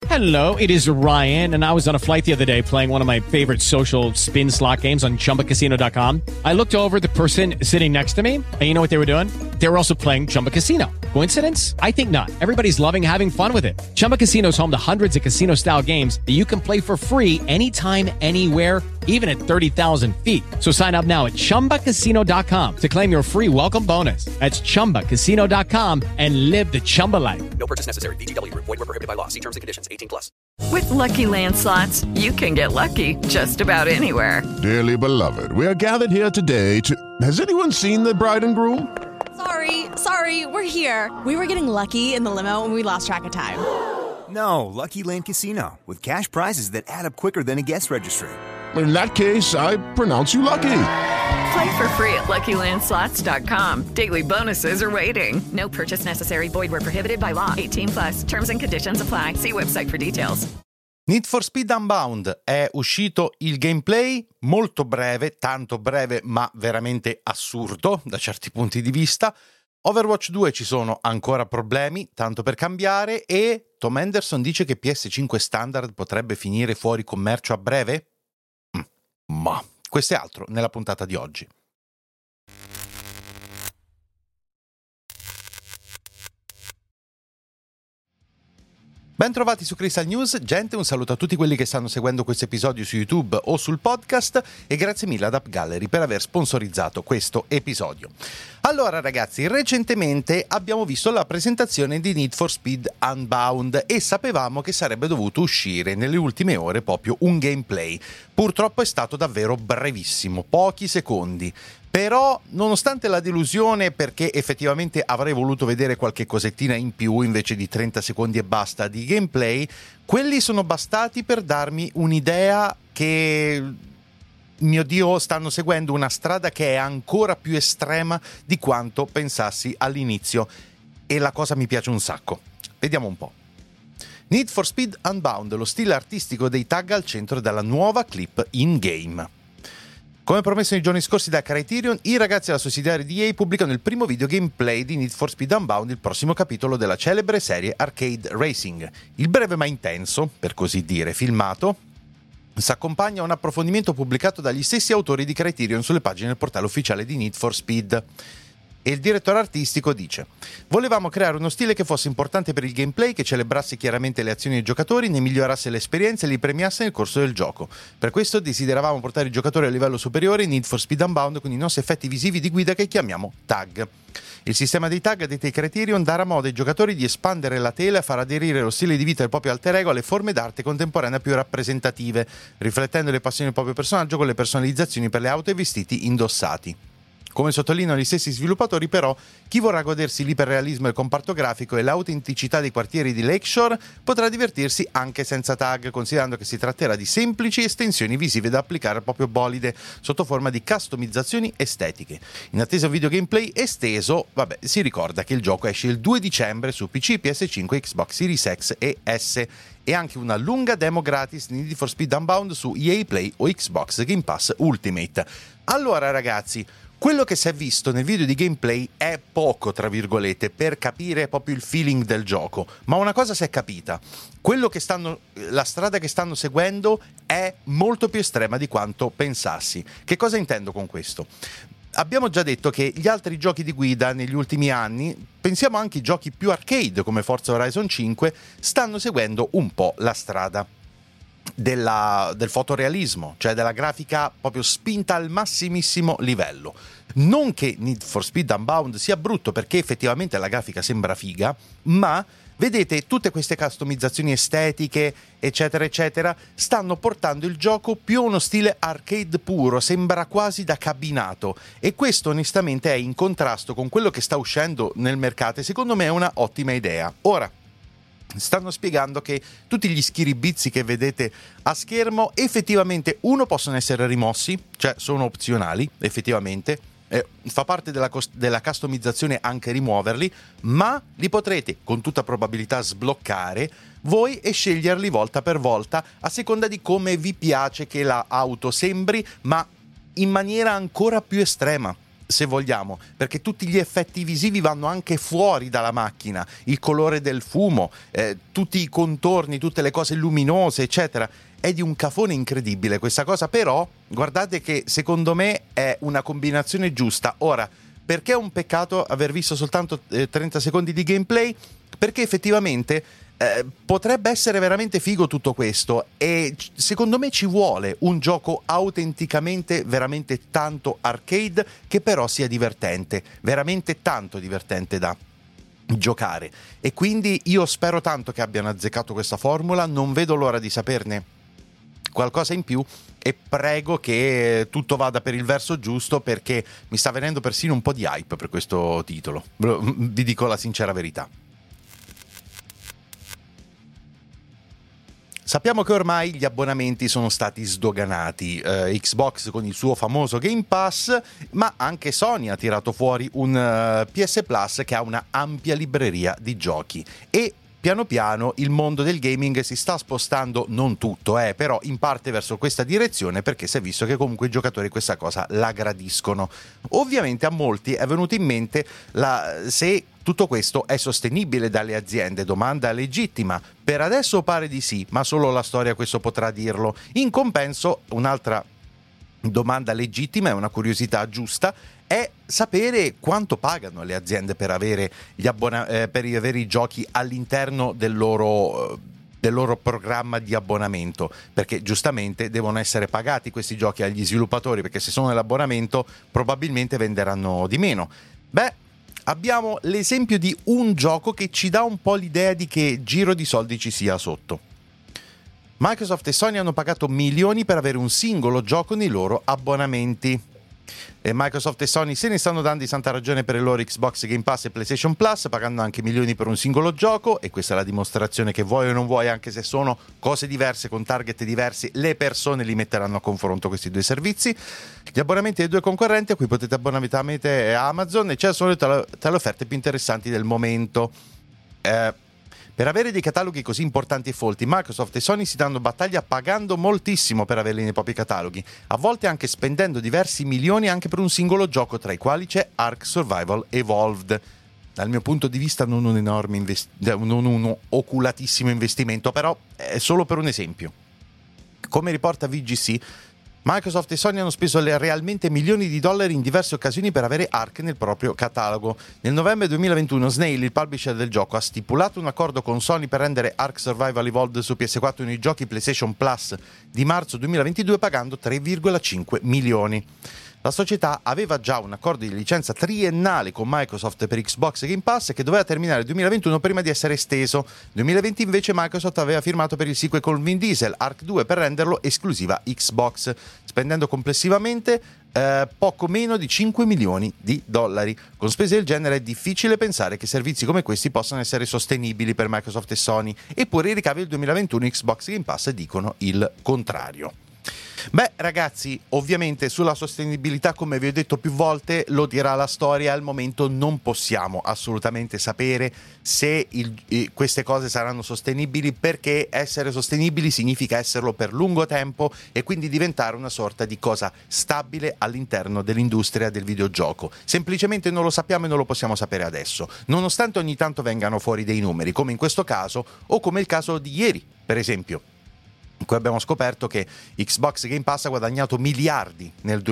Hello, it is Ryan, and I was on a flight the other day playing one of my favorite social spin slot games on ChumbaCasino.com. I looked over at the person sitting next to me, and you know what they were doing? They were also playing Chumba Casino. Coincidence? I think not. Everybody's loving having fun with it. Chumba Casino is home to hundreds of casino-style games that you can play for free anytime, anywhere, even at 30,000 feet. So sign up now at ChumbaCasino.com to claim your free welcome bonus. That's ChumbaCasino.com and live the Chumba life. No purchase necessary. VGW. Void were prohibited by law. See terms and conditions. 18+. With Lucky Land Slots, you can get lucky just about anywhere. Dearly beloved, we are gathered here today to... Has anyone seen the bride and groom? Sorry, we're here. We were getting lucky in the limo and we lost track of time. No, Lucky Land Casino, with cash prizes that add up quicker than a guest registry. In that case, I pronounce you lucky. Play for free at LuckyLandSlots.com. Daily bonuses are waiting. No purchase necessary. Void where prohibited by law. 18+. Terms and conditions apply. See website for details. Need for Speed Unbound è uscito il gameplay, molto breve, tanto breve ma veramente assurdo da certi punti di vista. Overwatch 2 ci sono ancora problemi, tanto per cambiare, e Tom Henderson dice che PS5 standard potrebbe finire fuori commercio a breve? Ma questo è altro nella puntata di oggi. Ben trovati su Crystal News, gente, un saluto a tutti quelli che stanno seguendo questo episodio su YouTube o sul podcast e grazie mille ad App Gallery per aver sponsorizzato questo episodio. Allora ragazzi, recentemente abbiamo visto la presentazione di Need for Speed Unbound e sapevamo che sarebbe dovuto uscire nelle ultime ore proprio un gameplay. Purtroppo è stato davvero brevissimo, pochi secondi. Però, nonostante la delusione, perché effettivamente avrei voluto vedere qualche cosettina in più invece di 30 secondi e basta di gameplay, quelli sono bastati per darmi un'idea che, mio Dio, stanno seguendo una strada che è ancora più estrema di quanto pensassi all'inizio. E la cosa mi piace un sacco. Vediamo un po'. Need for Speed Unbound, lo stile artistico dei tag al centro della nuova clip in-game. Come promesso nei giorni scorsi da Criterion, i ragazzi della sussidiaria di EA pubblicano il primo video gameplay di Need for Speed Unbound, il prossimo capitolo della celebre serie Arcade Racing. Il breve ma intenso, per così dire, filmato, si accompagna a un approfondimento pubblicato dagli stessi autori di Criterion sulle pagine del portale ufficiale di Need for Speed. E il direttore artistico dice: volevamo creare uno stile che fosse importante per il gameplay, che celebrasse chiaramente le azioni dei giocatori, ne migliorasse l'esperienza e li premiasse nel corso del gioco. Per questo desideravamo portare i giocatori a livello superiore in Need for Speed Unbound con i nostri effetti visivi di guida che chiamiamo tag. Il sistema dei tag dei Criterion darà modo ai giocatori di espandere la tela e far aderire lo stile di vita del proprio alter ego alle forme d'arte contemporanea più rappresentative, riflettendo le passioni del proprio personaggio con le personalizzazioni per le auto e i vestiti indossati. Come sottolineano gli stessi sviluppatori, però, chi vorrà godersi l'iperrealismo del comparto grafico e l'autenticità dei quartieri di Lakeshore potrà divertirsi anche senza tag, considerando che si tratterà di semplici estensioni visive da applicare al proprio bolide sotto forma di customizzazioni estetiche. In attesa un video gameplay esteso, si ricorda che il gioco esce il 2 dicembre su PC, PS5, Xbox Series X e S, e anche una lunga demo gratis di Need for Speed Unbound su EA Play o Xbox Game Pass Ultimate. Allora ragazzi, quello che si è visto nel video di gameplay è poco, tra virgolette, per capire proprio il feeling del gioco, ma una cosa si è capita: la strada che stanno seguendo è molto più estrema di quanto pensassi. Che cosa intendo con questo? Abbiamo già detto che gli altri giochi di guida negli ultimi anni, pensiamo anche ai giochi più arcade come Forza Horizon 5, stanno seguendo un po' la strada del fotorealismo, cioè della grafica proprio spinta al massimissimo livello. Non che Need for Speed Unbound sia brutto, perché effettivamente la grafica sembra figa, ma vedete, tutte queste customizzazioni estetiche eccetera eccetera stanno portando il gioco più a uno stile arcade puro, sembra quasi da cabinato, e questo onestamente è in contrasto con quello che sta uscendo nel mercato e secondo me è una ottima idea. Ora, stanno spiegando che tutti gli schiribizzi che vedete a schermo effettivamente possono essere rimossi, cioè sono opzionali effettivamente, fa parte della customizzazione anche rimuoverli, ma li potrete con tutta probabilità sbloccare voi e sceglierli volta per volta a seconda di come vi piace che la auto sembri, ma in maniera ancora più estrema. se vogliamo, perché tutti gli effetti visivi vanno anche fuori dalla macchina, il colore del fumo, tutti i contorni, tutte le cose luminose, eccetera. È di un cafone incredibile questa cosa, però guardate che secondo me è una combinazione giusta. Ora, perché è un peccato aver visto soltanto 30 secondi di gameplay? Perché effettivamente potrebbe essere veramente figo tutto questo, e secondo me ci vuole un gioco autenticamente veramente tanto arcade, che però sia divertente, veramente tanto divertente da giocare. E quindi io spero tanto che abbiano azzeccato questa formula, non vedo l'ora di saperne qualcosa in più e prego che tutto vada per il verso giusto, perché mi sta venendo persino un po' di hype per questo titolo, vi dico la sincera verità. Sappiamo che ormai gli abbonamenti sono stati sdoganati, Xbox con il suo famoso Game Pass, ma anche Sony ha tirato fuori un PS Plus che ha una ampia libreria di giochi, e piano piano il mondo del gaming si sta spostando, non tutto, però in parte verso questa direzione, perché si è visto che comunque i giocatori questa cosa la gradiscono. Ovviamente a molti è venuto in mente se tutto questo è sostenibile dalle aziende, domanda legittima. Per adesso pare di sì, ma solo la storia questo potrà dirlo. In compenso, un'altra domanda legittima e una curiosità giusta è sapere quanto pagano le aziende per avere per avere i giochi all'interno del loro programma di abbonamento, perché giustamente devono essere pagati questi giochi agli sviluppatori, perché se sono nell'abbonamento probabilmente venderanno di meno. Abbiamo l'esempio di un gioco che ci dà un po' l'idea di che giro di soldi ci sia sotto. Microsoft e Sony hanno pagato milioni per avere un singolo gioco nei loro abbonamenti. E Microsoft e Sony se ne stanno dando di santa ragione per il loro Xbox Game Pass e PlayStation Plus, pagando anche milioni per un singolo gioco, e questa è la dimostrazione che vuoi o non vuoi, anche se sono cose diverse con target diversi, le persone li metteranno a confronto questi due servizi. Gli abbonamenti dei due concorrenti, a cui potete abbonarvi tramite Amazon, e c'è sono tra le offerte più interessanti del momento. Per avere dei cataloghi così importanti e folti, Microsoft e Sony si danno battaglia pagando moltissimo per averli nei propri cataloghi, a volte anche spendendo diversi milioni anche per un singolo gioco, tra i quali c'è Ark Survival Evolved. Dal mio punto di vista non un enorme non un oculatissimo investimento, però è solo per un esempio. Come riporta VGC, Microsoft e Sony hanno speso realmente milioni di dollari in diverse occasioni per avere Ark nel proprio catalogo. Nel novembre 2021 Snail, il publisher del gioco, ha stipulato un accordo con Sony per rendere Ark Survival Evolved su PS4 nei giochi PlayStation Plus di marzo 2022, pagando 3,5 milioni. La società aveva già un accordo di licenza triennale con Microsoft per Xbox Game Pass che doveva terminare il 2021 prima di essere esteso. Nel 2020 invece Microsoft aveva firmato per il sequel con Vin Diesel, Ark 2, per renderlo esclusiva Xbox, spendendo complessivamente poco meno di 5 milioni di dollari. Con spese del genere è difficile pensare che servizi come questi possano essere sostenibili per Microsoft e Sony, eppure i ricavi del 2021 Xbox Game Pass dicono il contrario. Ragazzi, ovviamente sulla sostenibilità, come vi ho detto più volte, lo dirà la storia. Al momento non possiamo assolutamente sapere se queste cose saranno sostenibili, perché essere sostenibili significa esserlo per lungo tempo e quindi diventare una sorta di cosa stabile all'interno dell'industria del videogioco. Semplicemente non lo sappiamo e non lo possiamo sapere adesso, nonostante ogni tanto vengano fuori dei numeri, come in questo caso o come il caso di ieri, per esempio, in cui abbiamo scoperto che Xbox Game Pass ha guadagnato miliardi nel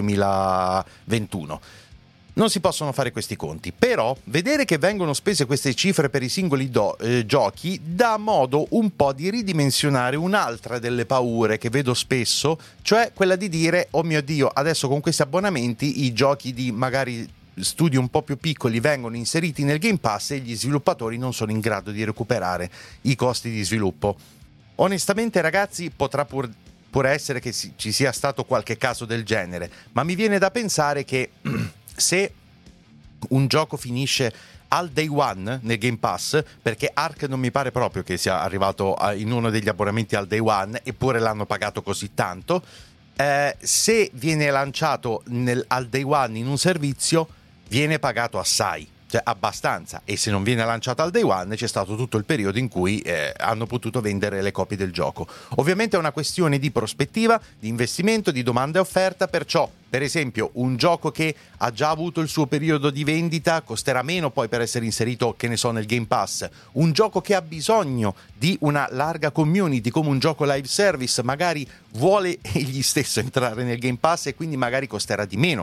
2021. Non si possono fare questi conti, però vedere che vengono spese queste cifre per i singoli giochi dà modo un po' di ridimensionare un'altra delle paure che vedo spesso, cioè quella di dire: oh mio Dio, adesso con questi abbonamenti i giochi di magari studi un po' più piccoli vengono inseriti nel Game Pass e gli sviluppatori non sono in grado di recuperare i costi di sviluppo. Onestamente, ragazzi, potrà pure essere che ci sia stato qualche caso del genere, ma mi viene da pensare che se un gioco finisce al day one nel Game Pass, perché Ark non mi pare proprio che sia arrivato in uno degli abbonamenti al day one, eppure l'hanno pagato così tanto, se viene lanciato al day one in un servizio, viene pagato assai, cioè abbastanza, e se non viene lanciata al day one c'è stato tutto il periodo in cui hanno potuto vendere le copie del gioco. Ovviamente è una questione di prospettiva, di investimento, di domanda e offerta, perciò per esempio un gioco che ha già avuto il suo periodo di vendita costerà meno poi per essere inserito, che ne so, nel Game Pass. Un gioco che ha bisogno di una larga community come un gioco live service magari vuole egli stesso entrare nel Game Pass e quindi magari costerà di meno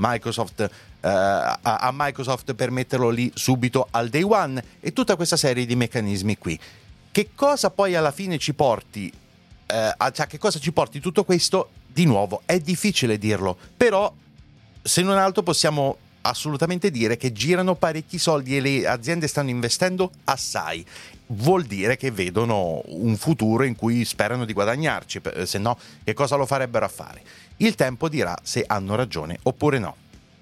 a Microsoft per metterlo lì subito al day one, e tutta questa serie di meccanismi qui. Che cosa poi alla fine ci porti cioè che cosa ci porti tutto questo? Di nuovo è difficile dirlo, però se non altro possiamo assolutamente dire che girano parecchi soldi e le aziende stanno investendo assai. Vuol dire che vedono un futuro in cui sperano di guadagnarci, se no che cosa lo farebbero a fare? Il tempo dirà se hanno ragione oppure no.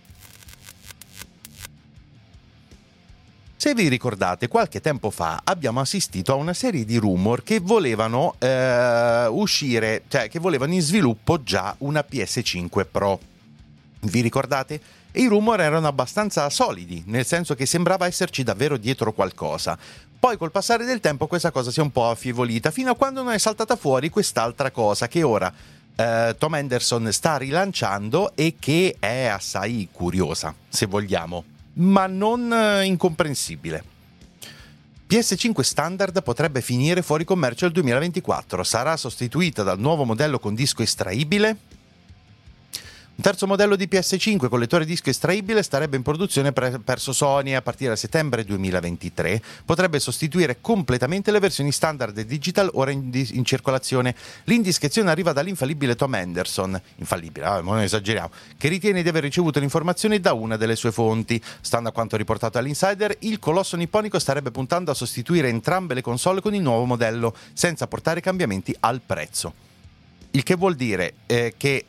Se vi ricordate, qualche tempo fa abbiamo assistito a una serie di rumor che volevano uscire, cioè che volevano in sviluppo già una PS5 Pro. Vi ricordate? E i rumor erano abbastanza solidi, nel senso che sembrava esserci davvero dietro qualcosa. Poi col passare del tempo questa cosa si è un po' affievolita, fino a quando non è saltata fuori quest'altra cosa che ora Tom Henderson sta rilanciando e che è assai curiosa, se vogliamo, ma non incomprensibile. PS5 standard potrebbe finire fuori commercio nel 2024, sarà sostituita dal nuovo modello con disco estraibile. Un terzo modello di PS5 con lettore disco estraibile starebbe in produzione presso Sony a partire da settembre 2023. Potrebbe sostituire completamente le versioni standard e digital ora in circolazione. L'indiscrezione arriva dall'infallibile Tom Henderson, non esageriamo, che ritiene di aver ricevuto le informazioni da una delle sue fonti. Stando a quanto riportato all'Insider, il colosso nipponico starebbe puntando a sostituire entrambe le console con il nuovo modello, senza portare cambiamenti al prezzo. Il che vuol dire che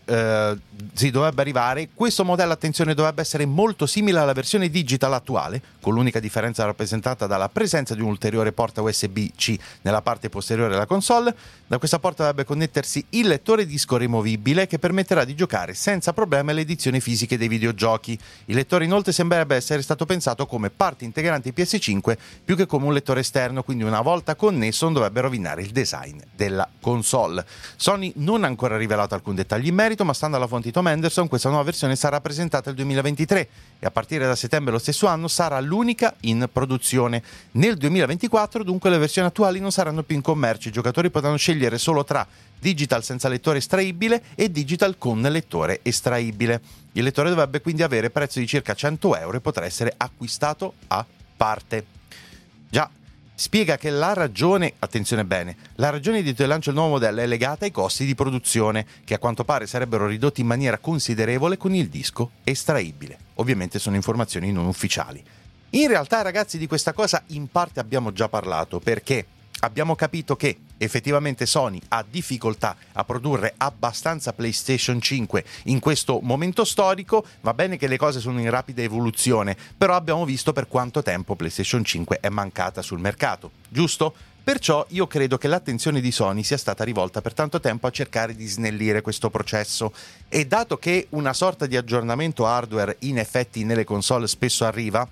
si dovrebbe arrivare, questo modello, attenzione, dovrebbe essere molto simile alla versione digital attuale, con l'unica differenza rappresentata dalla presenza di un'ulteriore porta USB-C nella parte posteriore della console. Da questa porta dovrebbe connettersi il lettore disco rimovibile che permetterà di giocare senza problemi alle edizioni fisiche dei videogiochi. Il lettore inoltre sembrerebbe essere stato pensato come parte integrante di PS5 più che come un lettore esterno, quindi una volta connesso non dovrebbe rovinare il design della console. Sony non ha ancora rivelato alcun dettaglio in merito, ma stando alla fonte Tom Henderson questa nuova versione sarà presentata nel 2023 e a partire da settembre lo stesso anno sarà l'unica in produzione. Nel 2024 dunque le versioni attuali non saranno più in commercio, i giocatori potranno scegliere solo tra digital senza lettore estraibile e digital con lettore estraibile. Il lettore dovrebbe quindi avere prezzo di circa 100 euro e potrà essere acquistato a parte. Già, spiega che la ragione, attenzione bene, la ragione di lancio del nuovo modello è legata ai costi di produzione, che a quanto pare sarebbero ridotti in maniera considerevole con il disco estraibile. Ovviamente sono informazioni non ufficiali. In realtà, ragazzi, di questa cosa in parte abbiamo già parlato, perché abbiamo capito che effettivamente Sony ha difficoltà a produrre abbastanza PlayStation 5 in questo momento storico. Va bene che le cose sono in rapida evoluzione, però abbiamo visto per quanto tempo PlayStation 5 è mancata sul mercato, giusto? Perciò io credo che l'attenzione di Sony sia stata rivolta per tanto tempo a cercare di snellire questo processo, e dato che una sorta di aggiornamento hardware in effetti nelle console spesso arriva,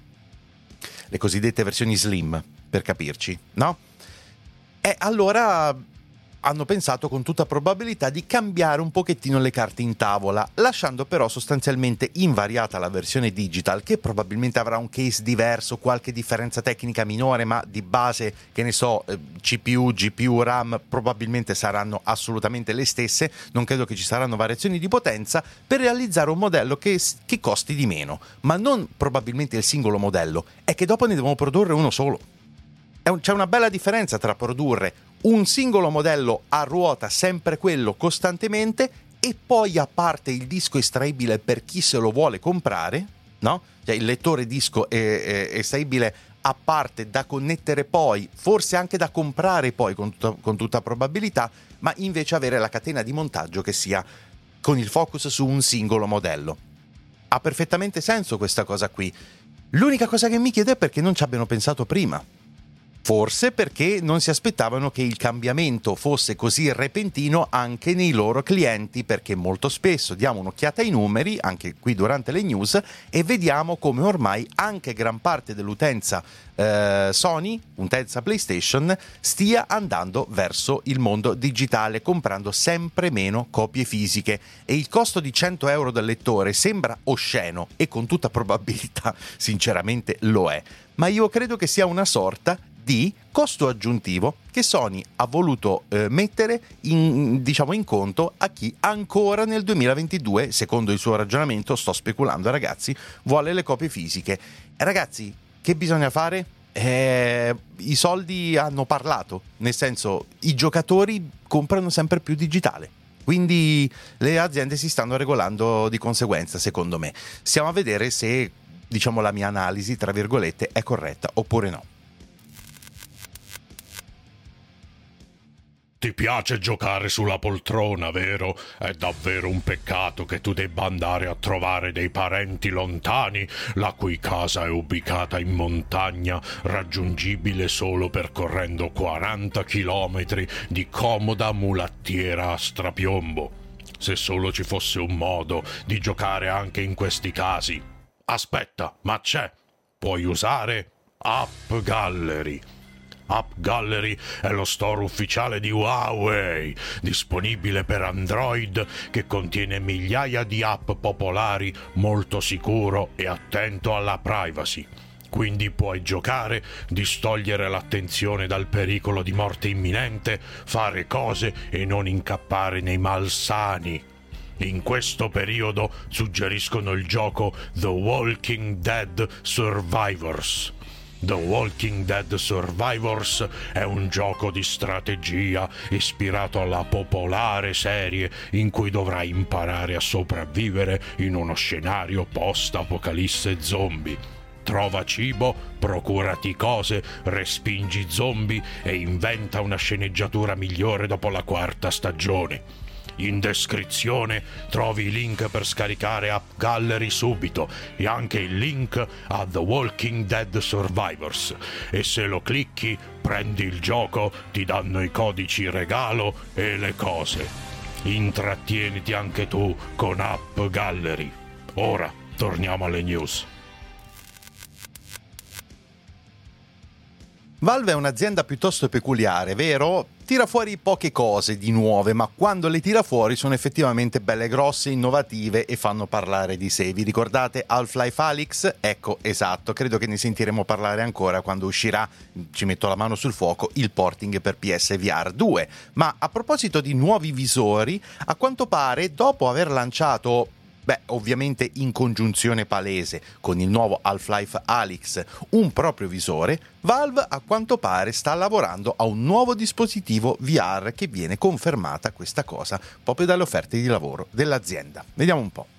le cosiddette versioni slim, per capirci, no? E allora hanno pensato con tutta probabilità di cambiare un pochettino le carte in tavola, lasciando però sostanzialmente invariata la versione digital, che probabilmente avrà un case diverso, qualche differenza tecnica minore, ma di base, che ne so, CPU, GPU, RAM probabilmente saranno assolutamente le stesse. Non credo che ci saranno variazioni di potenza, per realizzare un modello che costi di meno, ma non probabilmente il singolo modello, è che dopo ne devono produrre uno solo. C'è una bella differenza tra produrre un singolo modello a ruota, sempre quello costantemente, e poi a parte il disco estraibile per chi se lo vuole comprare, no? Cioè il lettore disco estraibile a parte da connettere poi, forse anche da comprare poi con tutta probabilità, ma invece avere la catena di montaggio che sia con il focus su un singolo modello. Ha perfettamente senso questa cosa qui. L'unica cosa che mi chiedo è perché non ci abbiano pensato prima. Forse perché non si aspettavano che il cambiamento fosse così repentino anche nei loro clienti, perché molto spesso diamo un'occhiata ai numeri, anche qui durante le news, e vediamo come ormai anche gran parte dell'utenza Sony, utenza PlayStation, stia andando verso il mondo digitale, comprando sempre meno copie fisiche, e il costo di 100 euro del lettore sembra osceno, e con tutta probabilità sinceramente lo è, ma io credo che sia una sorta di costo aggiuntivo che Sony ha voluto mettere in conto a chi ancora nel 2022, secondo il suo ragionamento, sto speculando ragazzi, vuole le copie fisiche. Ragazzi, che bisogna fare? I soldi hanno parlato, nel senso, i giocatori comprano sempre più digitale, quindi le aziende si stanno regolando di conseguenza, secondo me. Stiamo a vedere se, la mia analisi, tra virgolette, è corretta oppure no. Ti piace giocare sulla poltrona, vero? È davvero un peccato che tu debba andare a trovare dei parenti lontani, la cui casa è ubicata in montagna, raggiungibile solo percorrendo 40 chilometri di comoda mulattiera a strapiombo. Se solo ci fosse un modo di giocare anche in questi casi. Aspetta, ma c'è! Puoi usare App Gallery. App Gallery è lo store ufficiale di Huawei, disponibile per Android, che contiene migliaia di app popolari, molto sicuro e attento alla privacy. Quindi puoi giocare, distogliere l'attenzione dal pericolo di morte imminente, fare cose e non incappare nei malsani. In questo periodo suggeriscono il gioco The Walking Dead Survivors. The Walking Dead Survivors è un gioco di strategia ispirato alla popolare serie in cui dovrai imparare a sopravvivere in uno scenario post-apocalisse zombie. Trova cibo, procurati cose, respingi zombie e inventa una sceneggiatura migliore dopo la 4ª stagione. In descrizione trovi i link per scaricare App Gallery subito e anche il link a The Walking Dead Survivors, e se lo clicchi, prendi il gioco, ti danno i codici regalo e le cose. Intrattieniti anche tu con App Gallery. Ora torniamo alle news. Valve è un'azienda piuttosto peculiare, vero? Tira fuori poche cose di nuove, ma quando le tira fuori sono effettivamente belle grosse, innovative e fanno parlare di sé. Vi ricordate Half-Life Alyx? Ecco, esatto, credo che ne sentiremo parlare ancora quando uscirà, ci metto la mano sul fuoco, il porting per PSVR 2. Ma a proposito di nuovi visori, a quanto pare, dopo aver lanciato, ovviamente in congiunzione palese con il nuovo Half-Life Alyx, un proprio visore, Valve a quanto pare sta lavorando a un nuovo dispositivo VR, che viene confermata questa cosa proprio dalle offerte di lavoro dell'azienda. Vediamo un po'.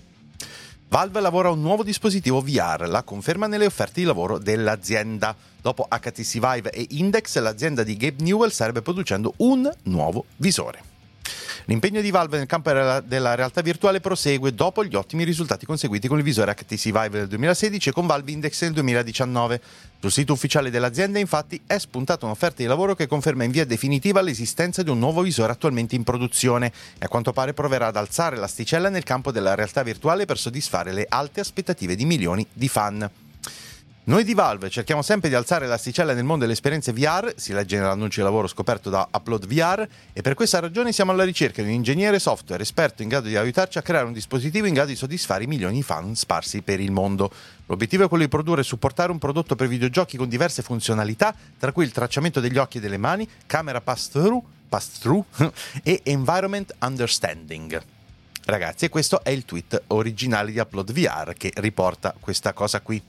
Valve lavora a un nuovo dispositivo VR, la conferma nelle offerte di lavoro dell'azienda. Dopo HTC Vive e Index, l'azienda di Gabe Newell starebbe producendo un nuovo visore. L'impegno di Valve nel campo della realtà virtuale prosegue dopo gli ottimi risultati conseguiti con il visore HTC Vive nel 2016 e con Valve Index nel 2019. Sul sito ufficiale dell'azienda, infatti, è spuntata un'offerta di lavoro che conferma in via definitiva l'esistenza di un nuovo visore attualmente in produzione e a quanto pare proverà ad alzare l'asticella nel campo della realtà virtuale per soddisfare le alte aspettative di milioni di fan. Noi di Valve cerchiamo sempre di alzare l'asticella nel mondo delle esperienze VR, si legge nell'annuncio di lavoro scoperto da Upload VR, e per questa ragione siamo alla ricerca di un ingegnere software esperto in grado di aiutarci a creare un dispositivo in grado di soddisfare i milioni di fan sparsi per il mondo. L'obiettivo è quello di produrre e supportare un prodotto per videogiochi con diverse funzionalità, tra cui il tracciamento degli occhi e delle mani, camera pass-through e environment understanding. Ragazzi, e questo è il tweet originale di Upload VR che riporta questa cosa qui.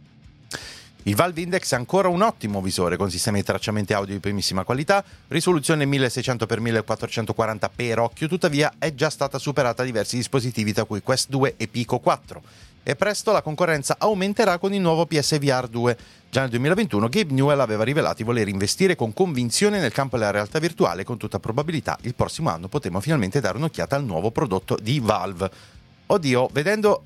Il Valve Index è ancora un ottimo visore con sistemi di tracciamento audio di primissima qualità, risoluzione 1600x1440 per occhio, tuttavia è già stata superata da diversi dispositivi tra cui Quest 2 e Pico 4. E presto la concorrenza aumenterà con il nuovo PSVR 2. Già nel 2021 Gabe Newell aveva rivelato di voler investire con convinzione nel campo della realtà virtuale e con tutta probabilità il prossimo anno potremo finalmente dare un'occhiata al nuovo prodotto di Valve. Oddio, vedendo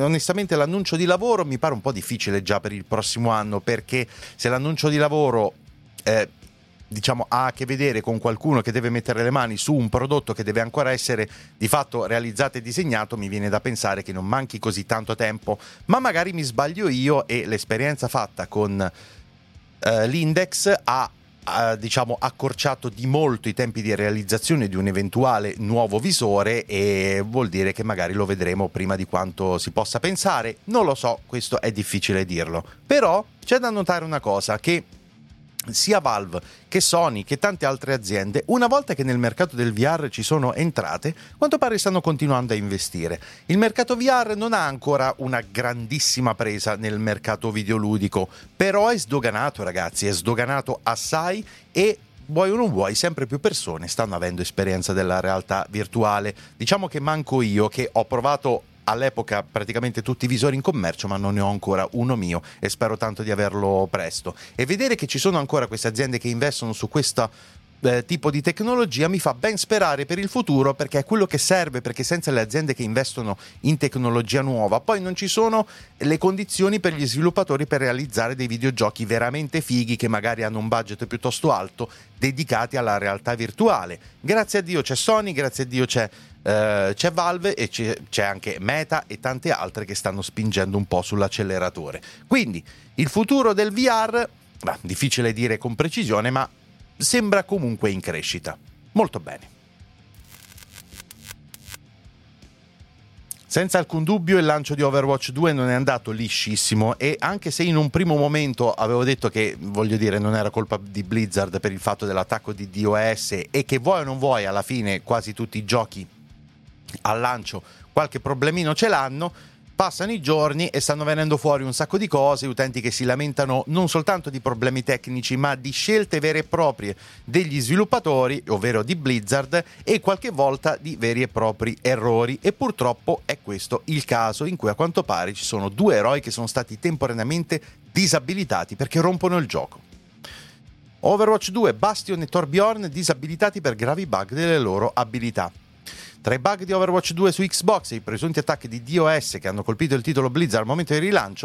onestamente l'annuncio di lavoro mi pare un po' difficile già per il prossimo anno, perché se l'annuncio di lavoro diciamo ha a che vedere con qualcuno che deve mettere le mani su un prodotto che deve ancora essere di fatto realizzato e disegnato, mi viene da pensare che non manchi così tanto tempo, ma magari mi sbaglio io e l'esperienza fatta con l'Index ha diciamo accorciato di molto i tempi di realizzazione di un eventuale nuovo visore, e vuol dire che magari lo vedremo prima di quanto si possa pensare. Non lo so, questo è difficile dirlo, però c'è da notare una cosa, che sia Valve che Sony che tante altre aziende, una volta che nel mercato del VR ci sono entrate, a quanto pare stanno continuando a investire. Il mercato VR non ha ancora una grandissima presa nel mercato videoludico, però è sdoganato, ragazzi, è sdoganato assai, e vuoi o non vuoi sempre più persone stanno avendo esperienza della realtà virtuale. Diciamo che manco io, che ho provato all'epoca praticamente tutti i visori in commercio, ma non ne ho ancora uno mio e spero tanto di averlo presto. E vedere che ci sono ancora queste aziende che investono su questo tipo di tecnologia mi fa ben sperare per il futuro, perché è quello che serve, perché senza le aziende che investono in tecnologia nuova poi non ci sono le condizioni per gli sviluppatori per realizzare dei videogiochi veramente fighi, che magari hanno un budget piuttosto alto dedicati alla realtà virtuale. Grazie a Dio c'è Sony, grazie a Dio c'è Valve, e c'è anche Meta e tante altre che stanno spingendo un po' sull'acceleratore. Quindi il futuro del VR, difficile dire con precisione, ma sembra comunque in crescita. Molto bene. Senza alcun dubbio il lancio di Overwatch 2 non è andato liscissimo, e anche se in un primo momento avevo detto che, voglio dire, non era colpa di Blizzard per il fatto dell'attacco di DOS, e che vuoi o non vuoi alla fine quasi tutti i giochi al lancio qualche problemino ce l'hanno, passano i giorni e stanno venendo fuori un sacco di cose, utenti che si lamentano non soltanto di problemi tecnici, ma di scelte vere e proprie degli sviluppatori, ovvero di Blizzard, e qualche volta di veri e propri errori. E purtroppo è questo il caso in cui a quanto pare ci sono 2 eroi che sono stati temporaneamente disabilitati perché rompono il gioco. Overwatch 2, Bastion e Torbjorn disabilitati per gravi bug delle loro abilità. Tra i bug di Overwatch 2 su Xbox e i presunti attacchi di DOS che hanno colpito il titolo Blizzard al momento del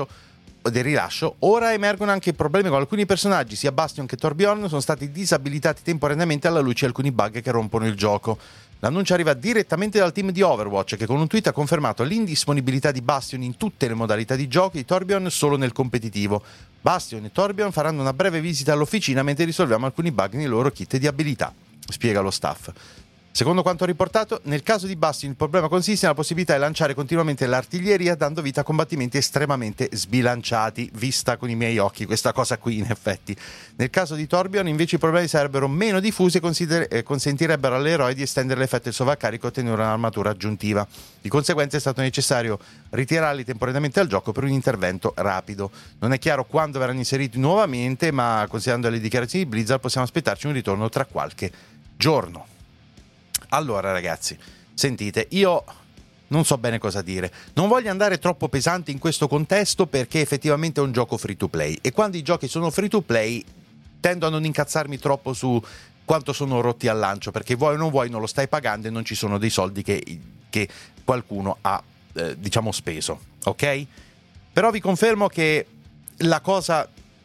rilascio, ora emergono anche problemi con alcuni personaggi. Sia Bastion che Torbjorn sono stati disabilitati temporaneamente alla luce di alcuni bug che rompono il gioco. L'annuncio arriva direttamente dal team di Overwatch, che con un tweet ha confermato l'indisponibilità di Bastion in tutte le modalità di gioco e di Torbjorn solo nel competitivo. Bastion e Torbjorn faranno una breve visita all'officina mentre risolviamo alcuni bug nei loro kit di abilità, spiega lo staff. Secondo quanto riportato, nel caso di Bastion il problema consiste nella possibilità di lanciare continuamente l'artiglieria dando vita a combattimenti estremamente sbilanciati, vista con i miei occhi questa cosa qui in effetti. Nel caso di Torbjorn invece i problemi sarebbero meno diffusi e consentirebbero all'eroe di estendere l'effetto del sovraccarico e ottenere un'armatura aggiuntiva. Di conseguenza è stato necessario ritirarli temporaneamente dal gioco per un intervento rapido. Non è chiaro quando verranno inseriti nuovamente, ma considerando le dichiarazioni di Blizzard possiamo aspettarci un ritorno tra qualche giorno. Allora ragazzi, sentite, io non so bene cosa dire. Non voglio andare troppo pesante in questo contesto perché effettivamente è un gioco free to play, e quando i giochi sono free to play tendo a non incazzarmi troppo su quanto sono rotti al lancio, perché vuoi o non vuoi non lo stai pagando e non ci sono dei soldi che qualcuno ha diciamo speso, ok? Però vi confermo che la cosa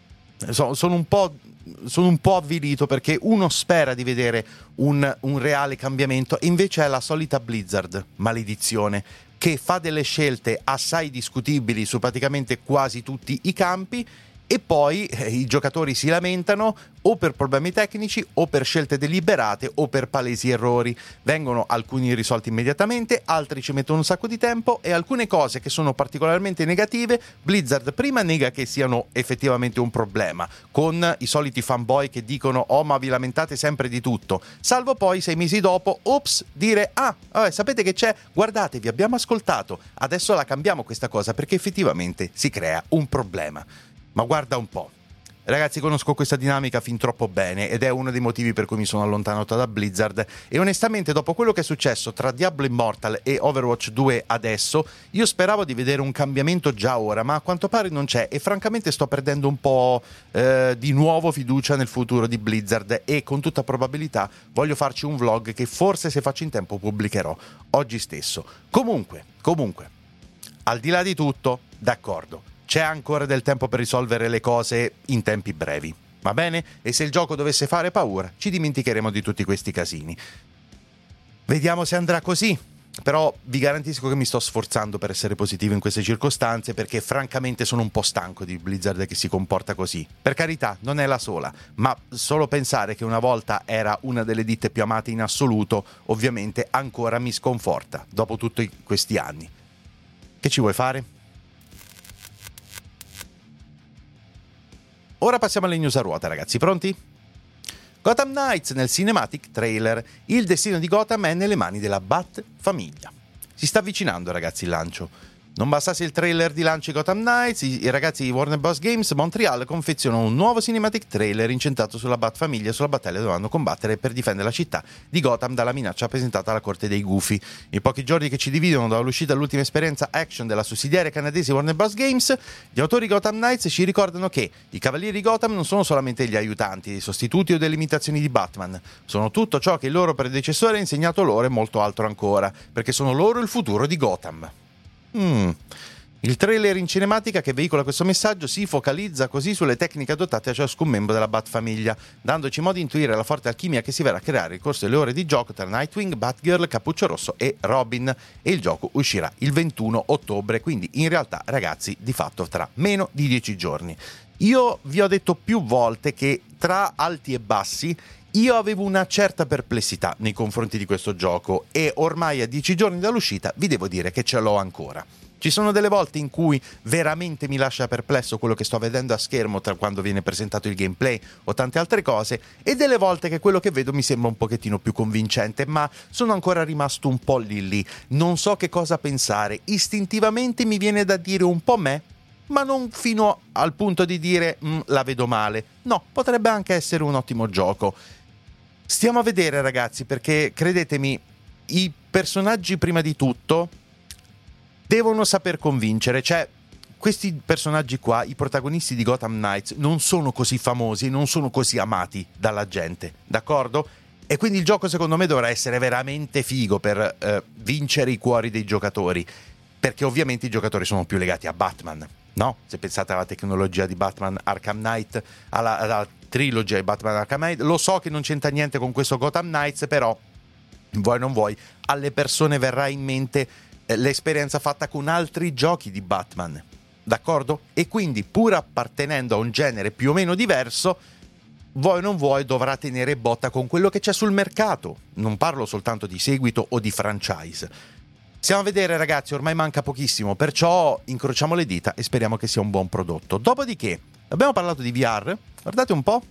sono un po' avvilito, perché uno spera di vedere un reale cambiamento e invece è la solita Blizzard, maledizione, che fa delle scelte assai discutibili su praticamente quasi tutti i campi, e poi i giocatori si lamentano o per problemi tecnici o per scelte deliberate o per palesi errori. Vengono alcuni risolti immediatamente, altri ci mettono un sacco di tempo, e alcune cose che sono particolarmente negative Blizzard prima nega che siano effettivamente un problema, con i soliti fanboy che dicono "oh, ma vi lamentate sempre di tutto", salvo poi 6 mesi dopo dire sapete che c'è? Guardate, vi abbiamo ascoltato, adesso la cambiamo questa cosa perché effettivamente si crea un problema. Ma guarda un po', ragazzi, conosco questa dinamica fin troppo bene ed è uno dei motivi per cui mi sono allontanato da Blizzard, e onestamente dopo quello che è successo tra Diablo Immortal e Overwatch 2 adesso, io speravo di vedere un cambiamento già ora, ma a quanto pare non c'è, e francamente sto perdendo un po' di nuovo fiducia nel futuro di Blizzard, e con tutta probabilità voglio farci un vlog che forse, se faccio in tempo, pubblicherò oggi stesso. Comunque, al di là di tutto, d'accordo, c'è ancora del tempo per risolvere le cose in tempi brevi. Va bene? E se il gioco dovesse fare paura, ci dimenticheremo di tutti questi casini. Vediamo se andrà così. Però vi garantisco che mi sto sforzando per essere positivo in queste circostanze, perché francamente sono un po' stanco di Blizzard che si comporta così. Per carità, non è la sola, ma solo pensare che una volta era una delle ditte più amate in assoluto, ovviamente ancora mi sconforta, dopo tutti questi anni. Che ci vuoi fare? Ora passiamo alle news a ruota, ragazzi, pronti? Gotham Knights nel cinematic trailer. Il destino di Gotham è nelle mani della Bat-famiglia. Si sta avvicinando, ragazzi, il lancio. Non bastasse il trailer di lancio di Gotham Knights, i ragazzi di Warner Bros. Games Montreal confezionano un nuovo cinematic trailer incentrato sulla Bat-famiglia e sulla battaglia che dovranno combattere per difendere la città di Gotham dalla minaccia presentata alla corte dei gufi. I pochi giorni che ci dividono dall'uscita dell'ultima esperienza action della sussidiaria canadese Warner Bros. Games, gli autori di Gotham Knights ci ricordano che i Cavalieri di Gotham non sono solamente gli aiutanti, dei sostituti o delle imitazioni di Batman, sono tutto ciò che il loro predecessore ha insegnato loro e molto altro ancora, perché sono loro il futuro di Gotham. Il trailer in cinematica che veicola questo messaggio si focalizza così sulle tecniche adottate da ciascun membro della Bat-famiglia, dandoci modo di intuire la forte alchimia che si verrà a creare nel corso delle ore di gioco tra Nightwing, Batgirl, Cappuccio Rosso e Robin, e il gioco uscirà il 21 ottobre, quindi in realtà, ragazzi, di fatto tra meno di 10 giorni. Io vi ho detto più volte che tra alti e bassi io avevo una certa perplessità nei confronti di questo gioco e ormai a 10 giorni dall'uscita vi devo dire che ce l'ho ancora. Ci sono delle volte in cui veramente mi lascia perplesso quello che sto vedendo a schermo tra quando viene presentato il gameplay o tante altre cose, e delle volte che quello che vedo mi sembra un pochettino più convincente, ma sono ancora rimasto un po' lì. Non so che cosa pensare, istintivamente mi viene da dire un po' ma non fino al punto di dire la vedo male. No, potrebbe anche essere un ottimo gioco. Stiamo a vedere, ragazzi, perché credetemi, i personaggi prima di tutto devono saper convincere. Cioè, questi personaggi qua, i protagonisti di Gotham Knights, non sono così famosi, non sono così amati dalla gente, d'accordo? E quindi il gioco secondo me dovrà essere veramente figo per vincere i cuori dei giocatori, perché ovviamente i giocatori sono più legati a Batman, no? Se pensate alla tecnologia di Batman Arkham Knight, alla trilogia di Batman Arkham Knight, lo so che non c'entra niente con questo Gotham Knights, però vuoi non vuoi, alle persone verrà in mente l'esperienza fatta con altri giochi di Batman, d'accordo? E quindi, pur appartenendo a un genere più o meno diverso, vuoi non vuoi dovrà tenere botta con quello che c'è sul mercato. Non parlo soltanto di seguito o di franchise. Stiamo a vedere, ragazzi, ormai manca pochissimo, perciò incrociamo le dita e speriamo che sia un buon prodotto. Dopodiché, abbiamo parlato di VR, guardate un po'.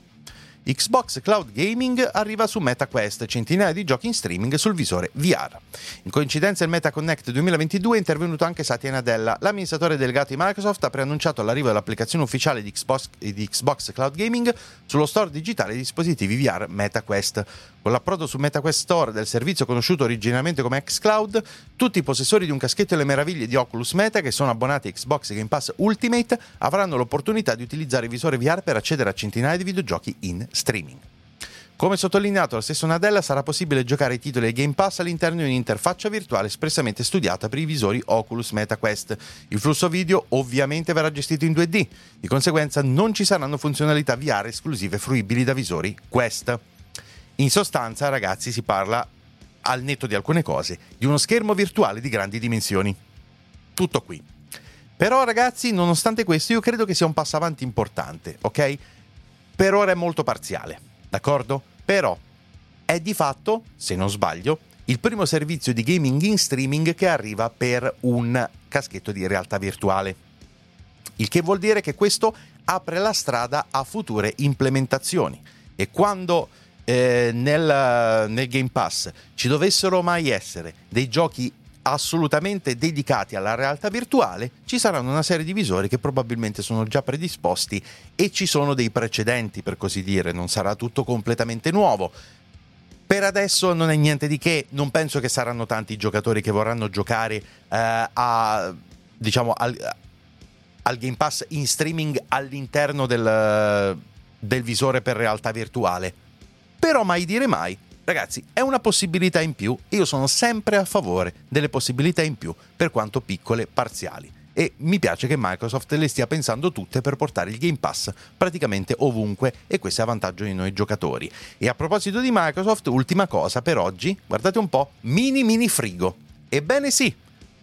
Xbox Cloud Gaming arriva su MetaQuest, centinaia di giochi in streaming sul visore VR. In coincidenza il MetaConnect 2022 è intervenuto anche Satya Nadella. L'amministratore delegato di Microsoft ha preannunciato l'arrivo dell'applicazione ufficiale di Xbox Cloud Gaming sullo store digitale di dispositivi VR MetaQuest. Con l'approdo su MetaQuest Store del servizio conosciuto originariamente come xCloud, tutti i possessori di un caschetto delle meraviglie di Oculus Meta che sono abbonati a Xbox Game Pass Ultimate avranno l'opportunità di utilizzare il visore VR per accedere a centinaia di videogiochi in streaming. Come sottolineato dal stesso Nadella, sarà possibile giocare ai titoli del Game Pass all'interno di un'interfaccia virtuale espressamente studiata per i visori Oculus MetaQuest. Il flusso video ovviamente verrà gestito in 2D, di conseguenza non ci saranno funzionalità VR esclusive fruibili da visori Quest. In sostanza, ragazzi, si parla, al netto di alcune cose, di uno schermo virtuale di grandi dimensioni. Tutto qui. Però, ragazzi, nonostante questo, io credo che sia un passo avanti importante, ok? Per ora è molto parziale, d'accordo? Però è di fatto, se non sbaglio, il primo servizio di gaming in streaming che arriva per un caschetto di realtà virtuale. Il che vuol dire che questo apre la strada a future implementazioni. E quando nel Game Pass ci dovessero mai essere dei giochi assolutamente dedicati alla realtà virtuale, ci saranno una serie di visori che probabilmente sono già predisposti e ci sono dei precedenti, per così dire, non sarà tutto completamente nuovo. Per adesso non è niente di che, non penso che saranno tanti i giocatori che vorranno giocare al Game Pass in streaming all'interno del visore per realtà virtuale. Però mai dire mai, ragazzi, è una possibilità in più e io sono sempre a favore delle possibilità in più, per quanto piccole, parziali. e mi piace che Microsoft le stia pensando tutte per portare il Game Pass praticamente ovunque, e questo è a vantaggio di noi giocatori. E a proposito di Microsoft, ultima cosa per oggi, guardate un po', mini frigo. Ebbene sì,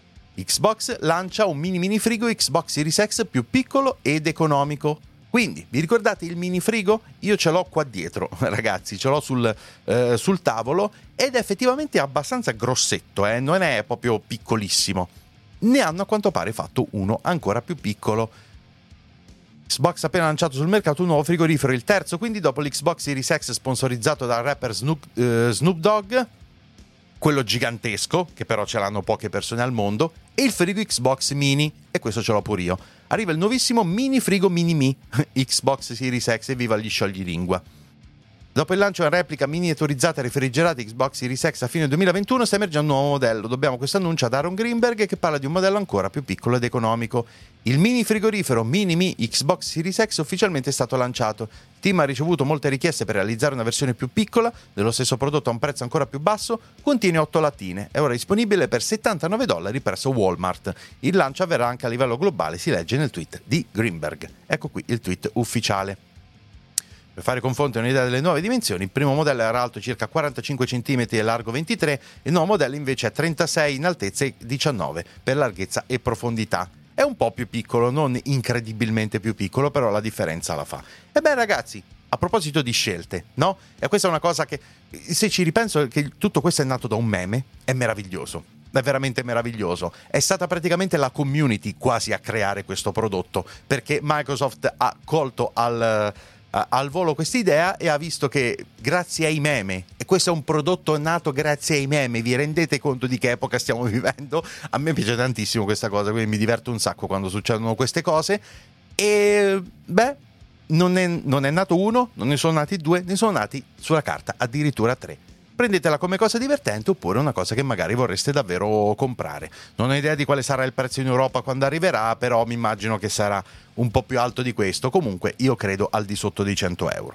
Xbox lancia un mini frigo Xbox Series X più piccolo ed economico. Quindi, vi ricordate il mini frigo? Io ce l'ho qua dietro, ragazzi, ce l'ho sul tavolo ed è effettivamente abbastanza grossetto, non è proprio piccolissimo. Ne hanno a quanto pare fatto uno ancora più piccolo. Xbox ha appena lanciato sul mercato un nuovo frigorifero, il terzo quindi dopo l'Xbox Series X sponsorizzato dal rapper Snoop Dogg, quello gigantesco, che però ce l'hanno poche persone al mondo, e il frigo Xbox Mini, e questo ce l'ho pure io. Arriva il nuovissimo mini frigo Mini-Me Xbox Series X e viva gli scioglilingua. Dopo il lancio in replica miniaturizzata e refrigerata Xbox Series X a fine 2021 sta emergendo un nuovo modello. Dobbiamo questo annuncio ad Aaron Greenberg, che parla di un modello ancora più piccolo ed economico. Il mini frigorifero Mini-Me Xbox Series X ufficialmente è stato lanciato. Il team ha ricevuto molte richieste per realizzare una versione più piccola dello stesso prodotto a un prezzo ancora più basso. Contiene 8 lattine, è ora disponibile per $79 presso Walmart. Il lancio avverrà anche a livello globale, si legge nel tweet di Greenberg. Ecco qui il tweet ufficiale. Per fare confronto e un'idea delle nuove dimensioni, il primo modello era alto circa 45 cm e largo 23, il nuovo modello invece è 36 in altezza e 19 per larghezza e profondità. È un po' più piccolo, non incredibilmente più piccolo, però la differenza la fa. E beh ragazzi, a proposito di scelte, no? E questa è una cosa che, se ci ripenso, che tutto questo è nato da un meme, è meraviglioso. È veramente meraviglioso. È stata praticamente la community quasi a creare questo prodotto, perché Microsoft ha colto al volo questa idea e ha visto che grazie ai meme, e questo è un prodotto nato grazie ai meme, vi rendete conto di che epoca stiamo vivendo? A me piace tantissimo questa cosa, quindi mi diverto un sacco quando succedono queste cose. E beh, non è nato uno, non ne sono nati due, ne sono nati sulla carta addirittura 3. Prendetela come cosa divertente oppure una cosa che magari vorreste davvero comprare. Non ho idea di quale sarà il prezzo in Europa quando arriverà, però mi immagino che sarà un po' più alto di questo. Comunque io credo al di sotto dei €100.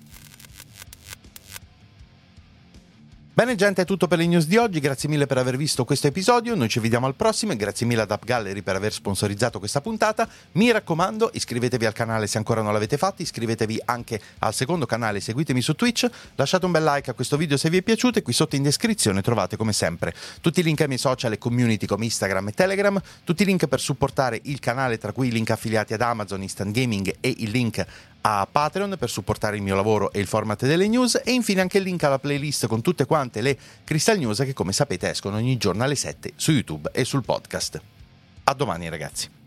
Bene gente, è tutto per le news di oggi, grazie mille per aver visto questo episodio, noi ci vediamo al prossimo e grazie mille ad App Gallery per aver sponsorizzato questa puntata. Mi raccomando, iscrivetevi al canale se ancora non l'avete fatto, iscrivetevi anche al secondo canale, seguitemi su Twitch, lasciate un bel like a questo video se vi è piaciuto e qui sotto in descrizione trovate come sempre tutti i link ai miei social e community come Instagram e Telegram, tutti i link per supportare il canale, tra cui i link affiliati ad Amazon, Instant Gaming e il link a Patreon per supportare il mio lavoro e il format delle news, e infine anche il link alla playlist con tutte quante le Crystal News che come sapete escono ogni giorno alle 7 su YouTube e sul podcast. A domani ragazzi.